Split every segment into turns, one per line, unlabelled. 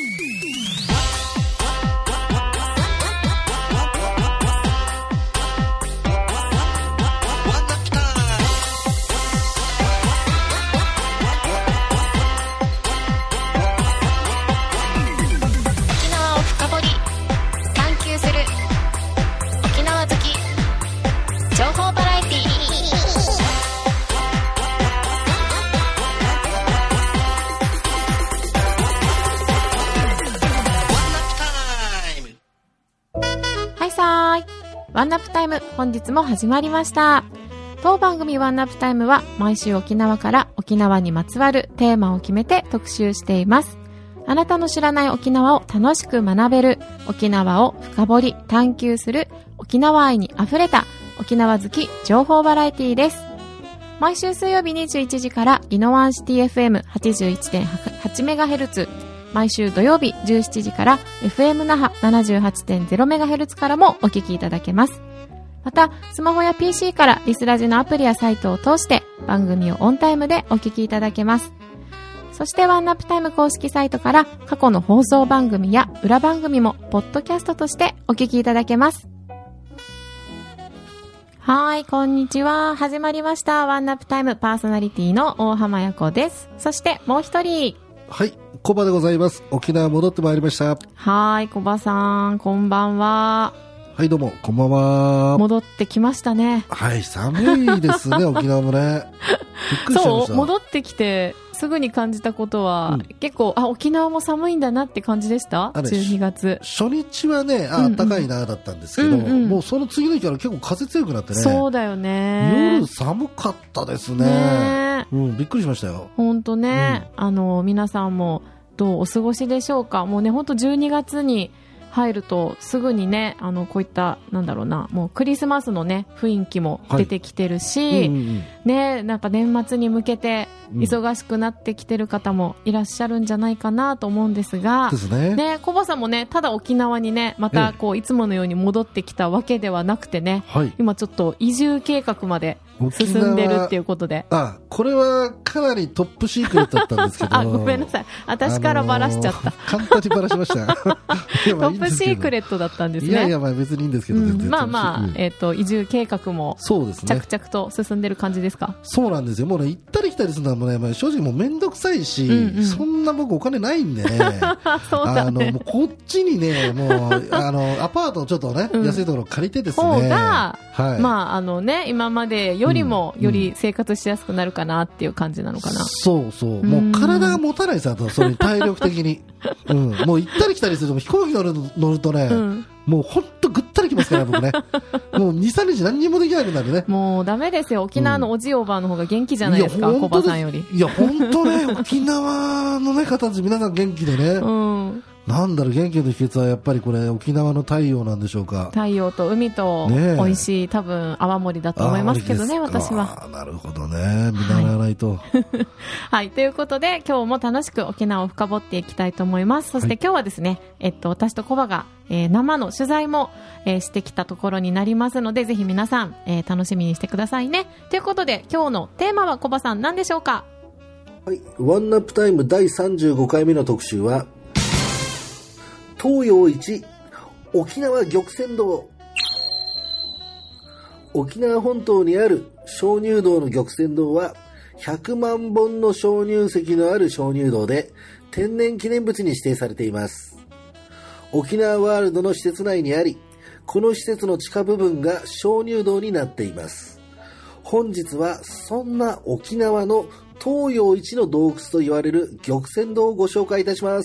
ワンナップタイム、本日も始まりました。当番組ワンナップタイムは毎週沖縄から沖縄にまつわるテーマを決めて特集しています。あなたの知らない沖縄を楽しく学べる、沖縄を深掘り探求する、沖縄愛にあふれた沖縄好き情報バラエティです。毎週水曜日21時から宜野湾シティ FM81.8MHz、毎週土曜日17時から FM 那覇 78.0MHz からもお聞きいただけます。またスマホや PC からリスラジのアプリやサイトを通して番組をオンタイムでお聞きいただけます。そしてワンナップタイム公式サイトから過去の放送番組や裏番組もポッドキャストとしてお聞きいただけます。はい、こんにちは。始まりましたワンナップタイム、パーソナリティの大浜彩子です。そしてもう一人、
はい、コバでございます。沖縄戻ってまいりました。
はい、コバさん、こんばんは。
はい、どうもこんばんは。
戻ってきましたね。
はい、寒いですね沖縄もね。びっくりしちゃいました。
そう、戻ってきてすぐに感じたことは、結構沖縄も寒いんだなって感じでした。12月
初日はね、暖かいなだったんですけど、もうその次の日から結構風強くなってね。
そうだよね。
夜寒かったですね。びっくりしましたよ。
本当ね、皆さんもどうお過ごしでしょうか。もうね、本当12月に入るとすぐにね、こういったなんだろうな、もうクリスマスのね雰囲気も出てきてるし、ね、なんか年末に向けて忙しくなってきてる方もいらっしゃるんじゃないかなと思うんですが、ね、コバさんもね、ただ沖縄にねまたこういつものように戻ってきたわけではなくてね、今ちょっと移住計画まで進んでるっていうことで、
これはかなりトップシークレットだったんですけど
ごめんなさい、私からバラしちゃった、
簡単にバラしましたト
ップシークレットだったんですね。
いやいや、まあ別にいいんですけど、
まあまあ、移住計画も着々と進んでる感じですか。
そうなんですよ。もうね、行ったり来たりするのはもうね、まあ、正直もうめんどくさいし、そんな僕お金ないんでね
そうだね、
もうこっちにね、もうアパートをちょっとね、安いところ借りてですね、
方が、まあね、今までよりもより生活しやすくなるかなっていう感じなのかな。
そうそう、もう体が持たないさ、それに体力的にもう行ったり来たりすると飛行機乗るとね、もうほんとぐったりきますから僕ねもう 2,3 日何にもできなくなるね。もう
ダメですよ。沖縄のおじおばの方が元気じゃないですか、コバさんより。
いや本当ね、沖縄のね方たち皆さん元気でね、なんだろう、元気の秘訣はやっぱりこれ沖縄の太陽なんでしょうか。
太陽と海と美味しい、多分泡盛だと思いますけどね、私は。
なるほどね、見習わないと
はい、ということで今日も楽しく沖縄を深掘っていきたいと思います。そして今日はですね、私とコバが、生の取材も、してきたところになりますので、ぜひ皆さん、楽しみにしてくださいね。ということで今日のテーマはコバさん何でしょうか。
はい、ワンナップタイム第35回目の特集は東洋一沖縄玉泉洞。沖縄本島にある鍾乳洞の玉泉洞は100万本の鍾乳石のある鍾乳洞で天然記念物に指定されています。沖縄ワールドの施設内にあり、この施設の地下部分が鍾乳洞になっています。本日はそんな沖縄の東洋一の洞窟と言われる玉泉洞をご紹介いたします。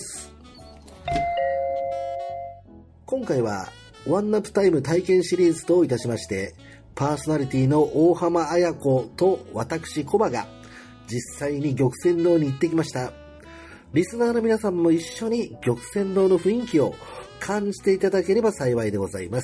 今回はワンナップタイム体験シリーズといたしまして、パーソナリティの大浜彩子と私コバが実際に玉泉洞に行ってきました。リスナーの皆さんも一緒に玉泉洞の雰囲気を感じていただければ幸いでございます。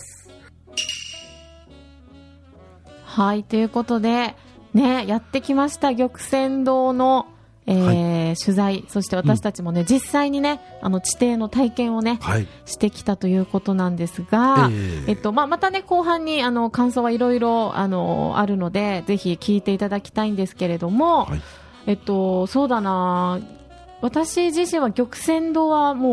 はい、ということでね、やってきました玉泉洞の取材、そして私たちもね、実際にね、地底の体験をね、してきたということなんですが、またね、後半に感想はいろいろあるので、ぜひ聞いていただきたいんですけれども、そうだな、私自身は玉泉洞はもう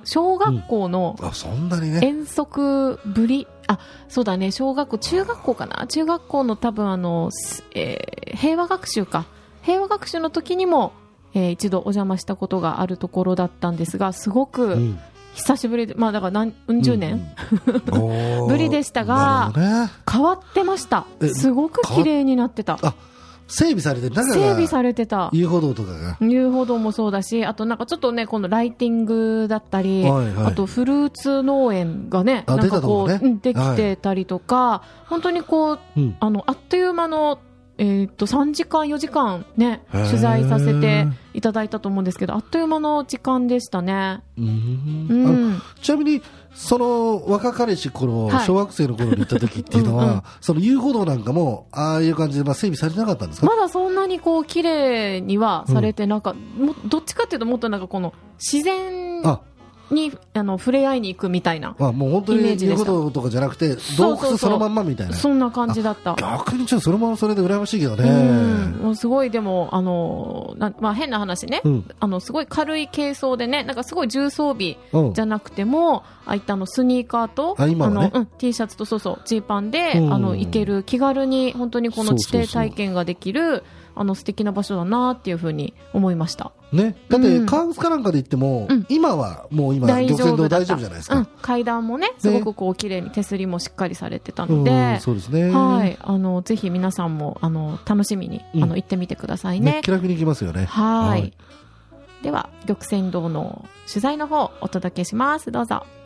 小学校の
そんなにね、
遠足ぶり、そうだね、中学校かな、中学校の多分平和学習の時にも、一度お邪魔したことがあるところだったんですが、すごく久しぶりで、だから十年、ぶりでしたが、変わってました。すごく綺麗になってた。
整備されてる、中が
整備されてた。
遊歩道とかが。
遊歩道もそうだし、あとなんかちょっとね、このライティングだったり、あとフルーツ農園がね、なんかこう、できてたりとか、本当にこう、あっという間の、3時間、4時間ね、取材させていただいたと思うんですけど、あっという間の時間でしたね。
ちなみに、その若かりし頃、小学生の頃に行った時っていうのは、その遊歩道なんかも、ああいう感じで整備されてなかったんですか？
まだそんなにこう、綺麗にはされてどっちかっていうと、もっとなんかこの、自然に触れ合いに行くみたいな
もう本当に遊歩道とかじゃなくて洞窟そのまんまみたいな、
そんな感じだった。
逆にちょっとそれもそれで羨ましいけどね。
もうすごい、でも変な話ね、すごい軽い軽装でね、なんかすごい重装備じゃなくても、ああいったスニーカーとT シャツとジーパンで行ける、気軽に本当にこの地底体験ができる素敵な場所だなっていうふうに思いました
ね。だってカーブスかなんかで行っても、今はもう玉泉堂大丈夫じゃないですか。
階段もね、すごくこう綺麗に手すりもしっかりされてたので、
そうですね。
ぜひ皆さんも楽しみに行ってみてくださいね。
気楽に行きますよね。
はい。では玉泉堂の取材の方お届けします。どうぞ。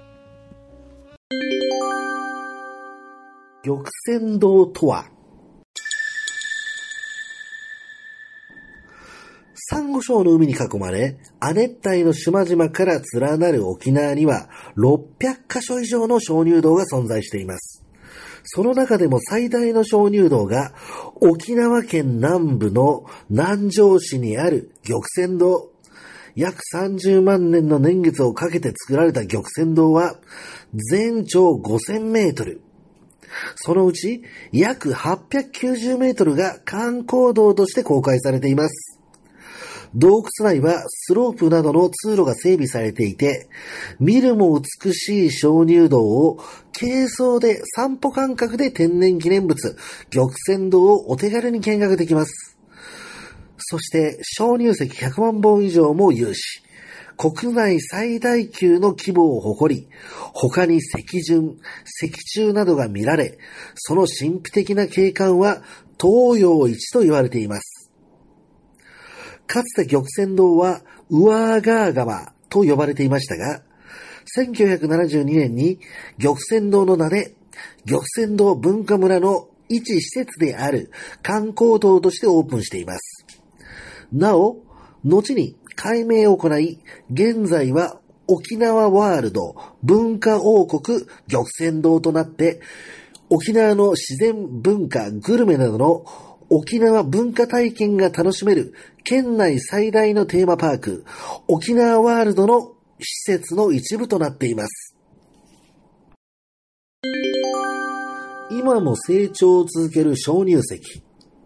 玉泉堂とは、サンゴ礁の海に囲まれ、亜熱帯の島々から連なる沖縄には600カ所以上の鍾乳洞が存在しています。その中でも最大の鍾乳洞が沖縄県南部の南城市にある玉泉堂。約30万年の年月をかけて作られた玉泉堂は全長5000メートル。そのうち約890メートルが観光道として公開されています。洞窟内はスロープなどの通路が整備されていて、見るも美しい鍾乳洞を軽装で散歩感覚で天然記念物、玉泉洞をお手軽に見学できます。そして鍾乳石100万本以上も有し、国内最大級の規模を誇り、他に石筍、石柱などが見られ、その神秘的な景観は東洋一と言われています。かつて玉泉洞は上阿賀川と呼ばれていましたが、1972年に玉泉洞の名で玉泉洞文化村の一施設である観光洞としてオープンしています。なお、後に改名を行い、現在は沖縄ワールド文化王国玉泉洞となって、沖縄の自然文化グルメなどの沖縄文化体験が楽しめる県内最大のテーマパーク、沖縄ワールドの施設の一部となっています。今も成長を続ける鍾乳石。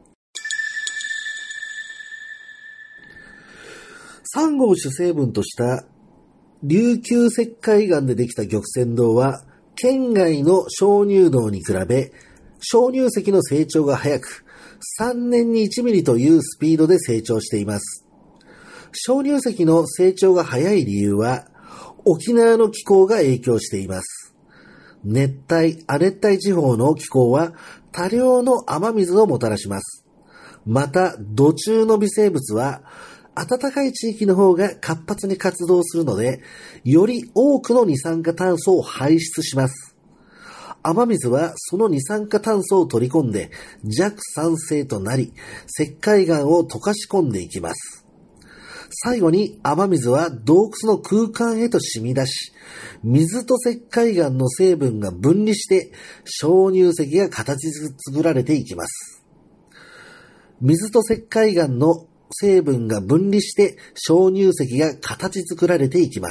サンゴを主成分とした琉球石灰岩でできた玉泉洞は、県外の鍾乳洞に比べ、鍾乳石の成長が早く、3年に1ミリというスピードで成長しています。鍾乳石の成長が早い理由は、沖縄の気候が影響しています。熱帯、亜熱帯地方の気候は多量の雨水をもたらします。また、土中の微生物は、暖かい地域の方が活発に活動するので、より多くの二酸化炭素を排出します。雨水はその二酸化炭素を取り込んで弱酸性となり、石灰岩を溶かし込んでいきます。最後に雨水は洞窟の空間へと染み出し、水と石灰岩の成分が分離して鍾乳石が形作られていきます。水と石灰岩の成分が分離して鍾乳石が形作られていきます。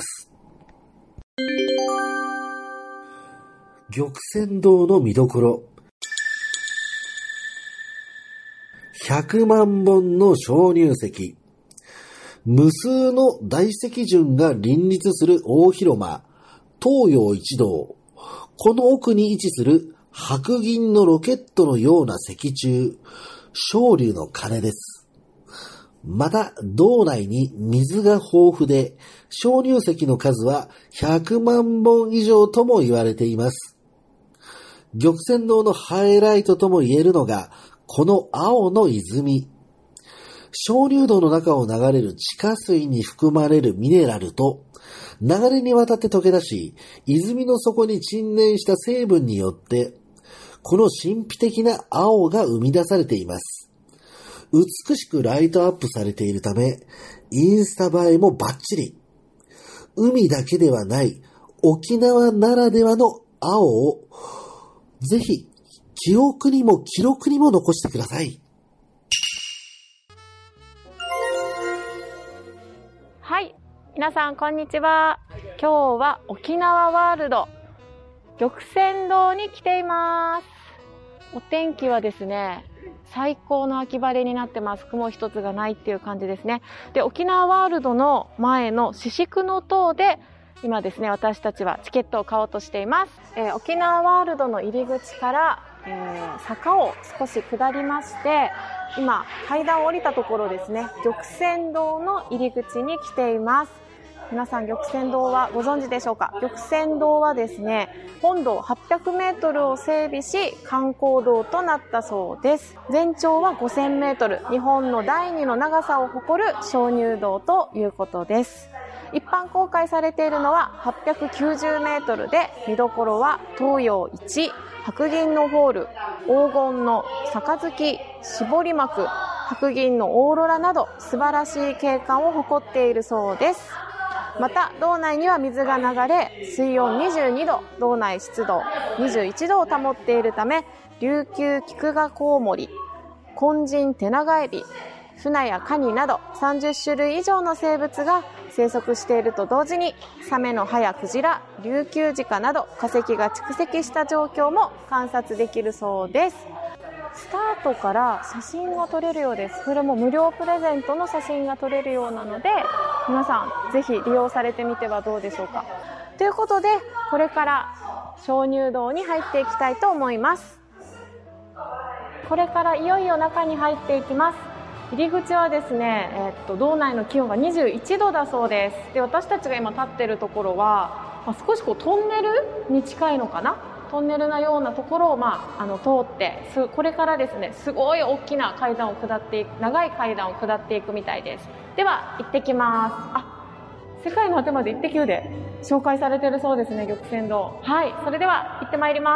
玉泉洞の見どころ。100万本の鍾乳石。 無数の大石群が林立する大広間、東洋一道。この奥に位置する白銀のロケットのような石柱、昇龍の鐘です。また、道内に水が豊富で、鍾乳石の数は100万本以上とも言われています。玉泉洞のハイライトとも言えるのが、この青の泉。鍾乳洞の中を流れる地下水に含まれるミネラルと、流れにわたって溶け出し、泉の底に沈殿した成分によって、この神秘的な青が生み出されています。美しくライトアップされているため、インスタ映えもバッチリ。海だけではない沖縄ならではの青を、ぜひ記憶にも記録にも残してください。
はい、皆さんこんにちは。今日は沖縄ワールド玉泉洞に来ています。お天気はですね、最高の秋晴れになってます。雲一つがないっていう感じですね。で、沖縄ワールドの前の四宿の塔で今ですね、私たちはチケットを買おうとしています。沖縄ワールドの入り口から、坂を少し下りまして、今階段を降りたところですね、玉泉洞の入り口に来ています。皆さん玉泉洞はご存知でしょうか。玉泉洞はですね、本堂800メートルを整備し観光道となったそうです。全長は5000メートル、日本の第2の長さを誇る鍾乳洞ということです。一般公開されているのは890メートルで、見どころは東洋一、白銀のホール、黄金の杯、絞り幕、白銀のオーロラなど素晴らしい景観を誇っているそうです。また道内には水が流れ、水温22度、道内湿度21度を保っているため、琉球菊がコウモリ、金神テナガエビ、フナやカニなど30種類以上の生物が生息していると同時に、サメの歯やクジラ、琉球ジカなど化石が蓄積した状況も観察できるそうです。スタートから写真が撮れるようです。それも無料プレゼントの写真が撮れるようなので、皆さんぜひ利用されてみてはどうでしょうか。ということで、これから鍾乳洞に入っていきたいと思います。これからいよいよ中に入っていきます。入り口はですね、道内の気温が21度だそうです。で、私たちが今立っているところは、少しトンネルに近いのかな、トンネルのようなところを、通って、これからですね、すごい大きな階段を下っていく、長い階段を下っていくみたいです。では行ってきます。世界の果てまでイッテ Q で紹介されているそうですね、玉泉洞。はい、それでは行ってまいります。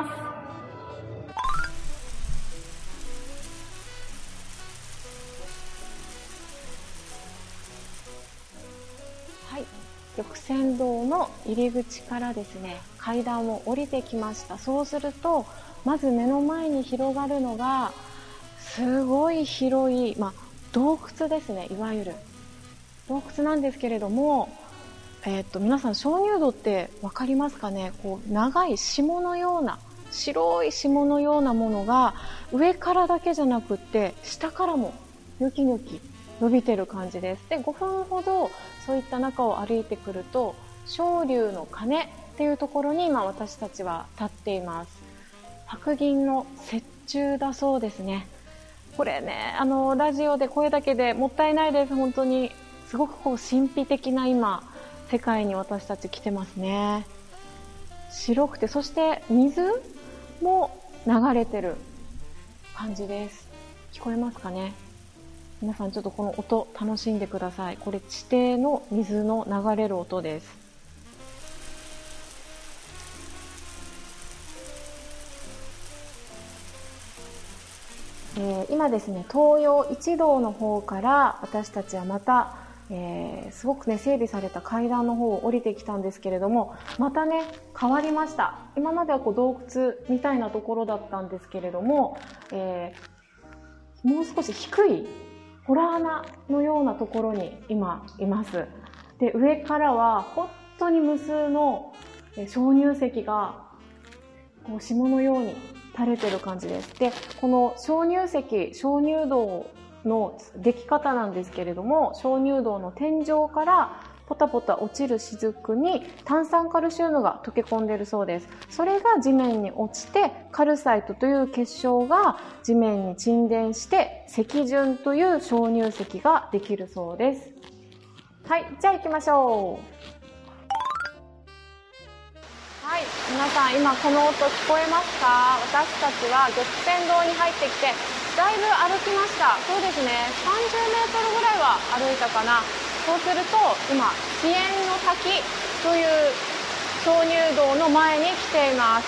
はい、玉泉洞の入り口からですね、階段を降りてきました。そうすると、まず目の前に広がるのがすごい広い、洞窟ですね。いわゆる洞窟なんですけれども、皆さん鍾乳洞って分かりますかね。長い霜のような、白い霜のようなものが上からだけじゃなくって下からもニョキニョキ伸びてる感じです。で、5分ほどそういった中を歩いてくると、昇龍の鐘っていうところに今私たちは立っています。白銀の雪柱だそうですね。これね、ラジオで声だけでもったいないです。本当にすごく神秘的な今世界に私たち来てますね。白くて、そして水も流れてる感じです。聞こえますかね。皆さんちょっとこの音楽しんでください。これ地底の水の流れる音です。今ですね、東洋一道の方から私たちはまた、すごくね整備された階段の方を降りてきたんですけれども、またね変わりました。今までは洞窟みたいなところだったんですけれども、もう少し低いホラー穴のようなところに今います。で、上からは本当に無数の鍾乳石が霜のように垂れてる感じです。で、この鍾乳石、鍾乳洞のでき方なんですけれども、鍾乳洞の天井からポタポタ落ちる雫に炭酸カルシウムが溶け込んでいるそうです。それが地面に落ちて、カルサイトという結晶が地面に沈殿して、石筍という鍾乳石ができるそうです。はい、じゃあ行きましょう。はい、皆さん今この音聞こえますか？私たちは玉泉堂に入ってきてだいぶ歩きました。そうですね、30メートルぐらいは歩いたかな。そうすると今飛燕の滝という鍾乳洞の前に来ています。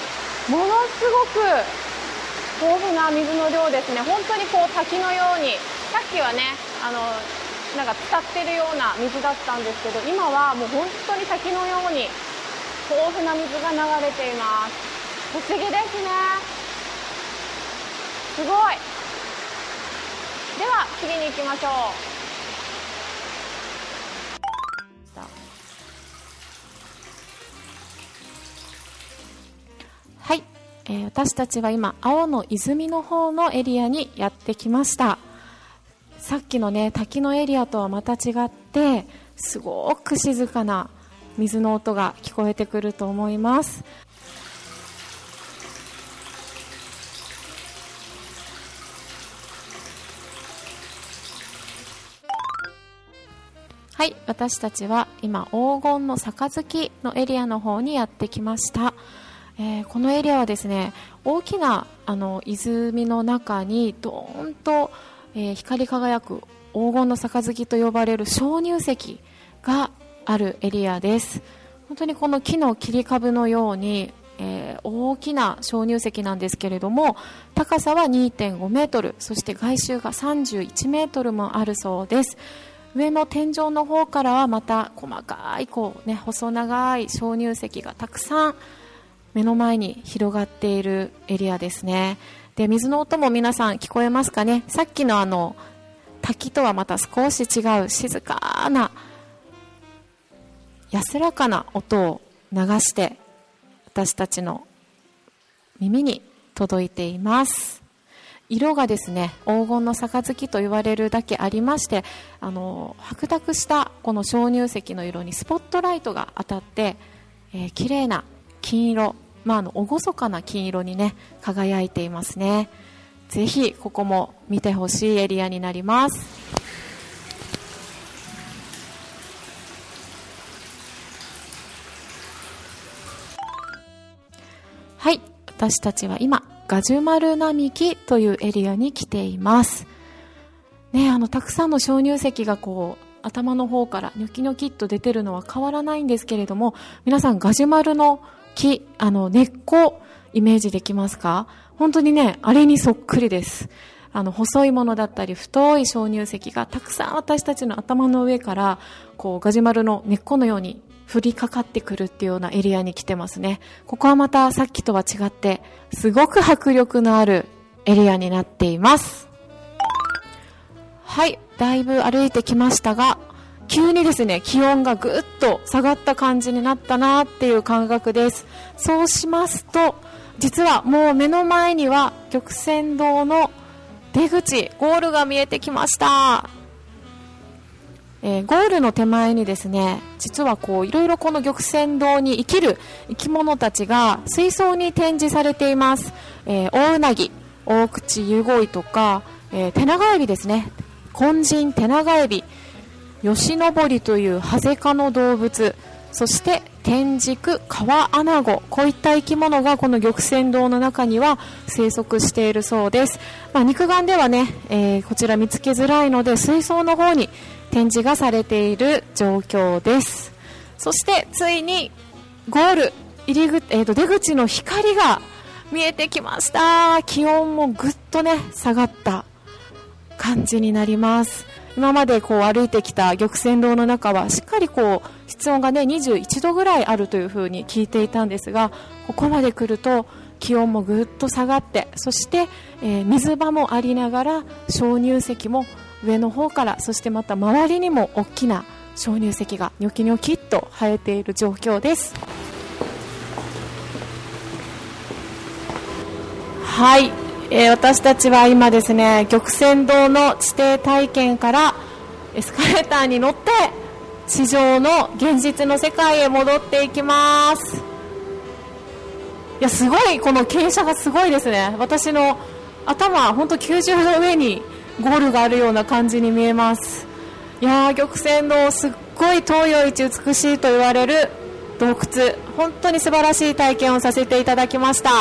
ものすごく豊富な水の量ですね。本当にこう滝のように、さっきはねなんか浸ってるような水だったんですけど、今はもう本当に滝のように豊富な水が流れています。不思議ですね。すごい。では次に行きましょう。はい、私たちは今青の泉の方のエリアにやってきました。さっきのね滝のエリアとはまた違って、すごく静かな水の音が聞こえてくると思います。はい、私たちは今黄金の杯のエリアの方にやってきました。このエリアはですね、大きな泉の中にドーンと、光り輝く黄金の杯と呼ばれる鍾乳石があるエリアです。本当にこの木の切り株のように、大きな鍾乳石なんですけれども、高さは 2.5 メートル、そして外周が31メートルもあるそうです。上の天井の方からはまた細かい細長い鍾乳石がたくさん目の前に広がっているエリアですね。で、水の音も皆さん聞こえますかね。さっきの滝とはまた少し違う静かな安らかな音を流して私たちの耳に届いています。色がですね、黄金の杯と言われるだけありまして、白濁したこの鍾乳石の色にスポットライトが当たって、綺麗な金色、厳かな金色にね輝いていますね。ぜひここも見てほしいエリアになります。はい、私たちは今ガジュマル並木というエリアに来ていますね。たくさんの鍾乳石が頭の方からニョキニョキっと出てるのは変わらないんですけれども、皆さんガジュマルの木、根っこイメージできますか？本当にね、あれにそっくりです。細いものだったり太い鍾乳石がたくさん私たちの頭の上からガジュマルの根っこのように降りかかってくるっていうようなエリアに来てますね。ここはまたさっきとは違ってすごく迫力のあるエリアになっています。はい、だいぶ歩いてきましたが、急にですね気温がぐっと下がった感じになったなっていう感覚です。そうしますと、実はもう目の前には玉泉堂の出口、ゴールが見えてきました。ゴールの手前にですね、実はいろいろこの玉泉堂に生きる生き物たちが水槽に展示されています。大うなぎ、大口ユゴイとか、テナガエビですね、金神テナガエビ、ヨシノボリというハゼ科の動物、そしてテンジク、カワアナゴ、こういった生き物がこの玉泉堂の中には生息しているそうです。肉眼ではね、こちら見つけづらいので水槽の方に展示がされている状況です。そしてついにゴール出口の光が見えてきました。気温もぐっとね下がった感じになります。今まで歩いてきた玉泉堂の中はしっかり室温がね21度ぐらいあるというふうに聞いていたんですが、ここまで来ると気温もぐっと下がって、そして、水場もありながら鍾乳石も上の方から、そしてまた周りにも大きな鍾乳石がニョキニョキっと生えている状況です。はい、 私たちは今ですね、玉泉堂の地底体験からエスカレーターに乗って地上の現実の世界へ戻っていきます。いや、すごい、この傾斜がすごいですね。私の頭、本当90度上にゴールがあるような感じに見えます。いやー、玉泉堂、すっごい東洋一美しいと言われる洞窟、本当に素晴らしい体験をさせていただきました。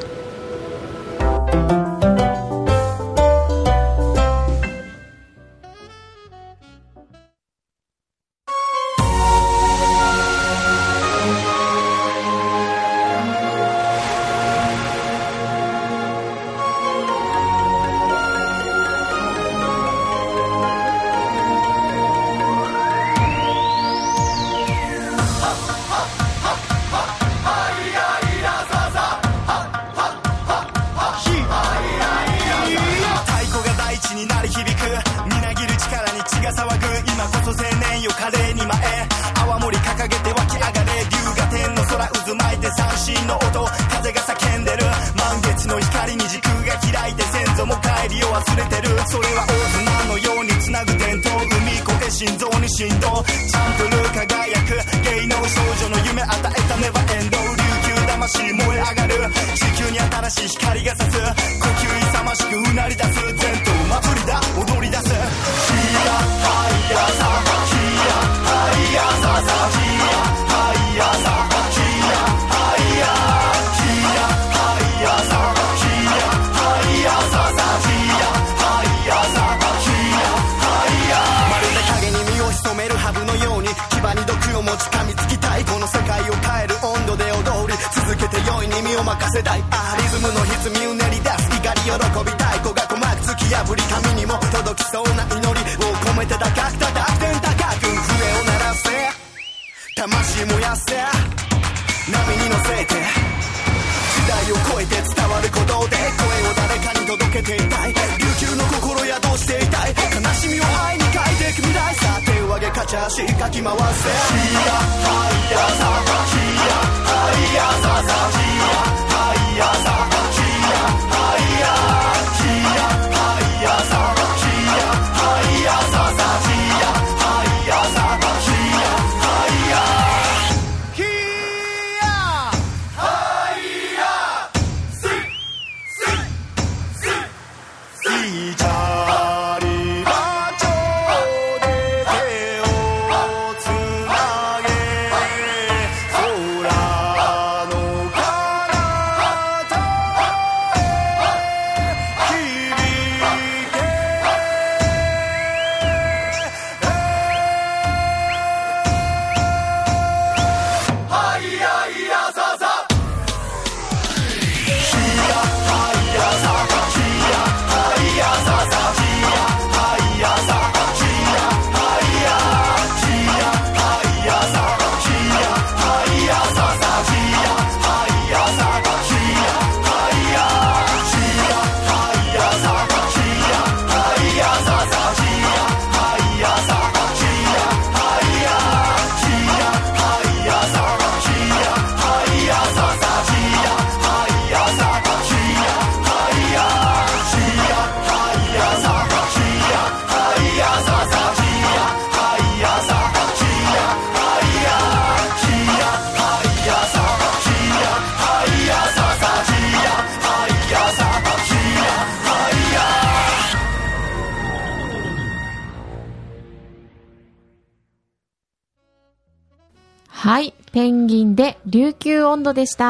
はい、ペンギンで琉球音頭でした。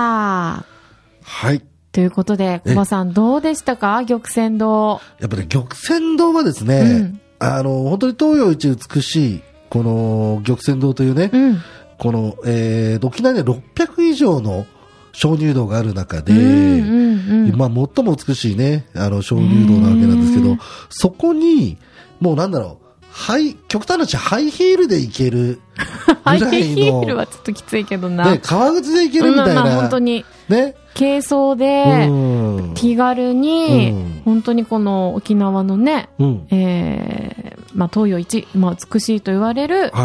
はい。
ということで、小葉さんどうでしたか、玉泉堂。
やっぱり玉泉堂はですね、本当に東洋一美しい、この玉泉堂というね、この、沖縄には600以上の鍾乳洞がある中で、まあ最も美しいね、鍾乳洞なわけなんですけど、そこに、もうなんだろう、極端な話、ハイヒールで行けるぐらいの。ハイヒール
はちょっときついけどな。
ね、革靴で行けるみたいな。
本当に。
ね。
軽装で、気軽に、本当にこの沖縄のね、まあ東洋一、まあ美しいと言われる、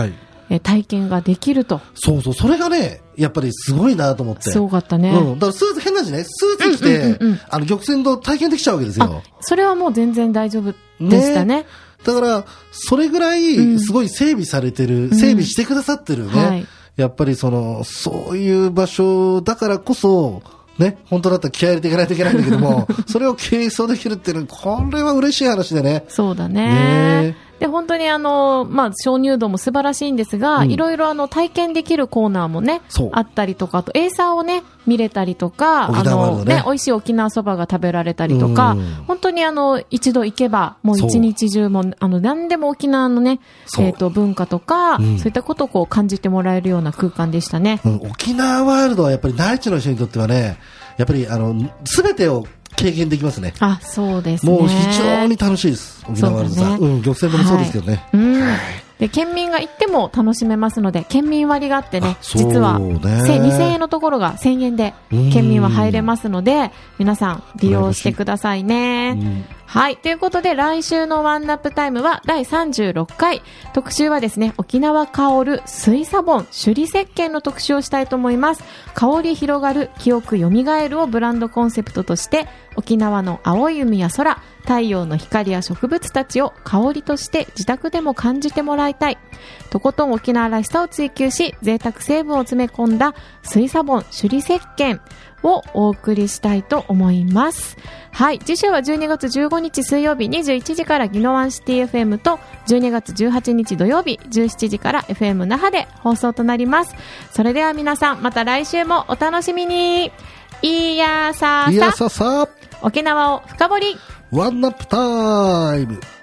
体験ができると。
そうそう、それがね、やっぱりすごいなと思って。
すごかったね。
だからスーツ、変な話ね、スーツ着て、玉泉堂体験できちゃうわけですよ。
それはもう全然大丈夫でしたね。
だから、それぐらい、すごい整備されてる、整備してくださってるね。やっぱりそういう場所だからこそ、ね、本当だったら気合い入れていかないといけないんだけども、それを継承できるっていうのは、これは嬉しい話でね。
そうだね。で、本当に鍾乳洞も素晴らしいんですが、いろいろ体験できるコーナーもね、あったりとか、あとエイサーをね、見れたりとか、美味しい沖縄そばが食べられたりとか、本当に一度行けば、もう一日中も、何でも沖縄のね、文化とか、そういったことをこう感じてもらえるような空間でしたね。
沖縄ワールドはやっぱり内地の人にとってはね、やっぱりすべてを経験できますね。
あ、そうですね。
もう非常に楽しいです。沖縄ワールドさん。玉泉堂もそうですけどね。
で、県民が行っても楽しめますので、県民割があってね、実は2000円のところが1000円で県民は入れますので、皆さん利用してくださいね。はい。ということで、来週のワンナップタイムは第36回。特集はですね、沖縄香る水サボン首里石鹸の特集をしたいと思います。香り広がる、記憶蘇るをブランドコンセプトとして、沖縄の青い海や空、太陽の光や植物たちを香りとして自宅でも感じてもらいたい。とことん沖縄らしさを追求し、贅沢成分を詰め込んだ水サボン首里石鹸をお送りしたいと思います。はい。次週は12月15日水曜日21時からギノワンシティ FM と12月18日土曜日17時から FM 那覇で放送となります。それでは皆さんまた来週もお楽しみに。いやささ沖縄を深掘り
ワンナップタイム。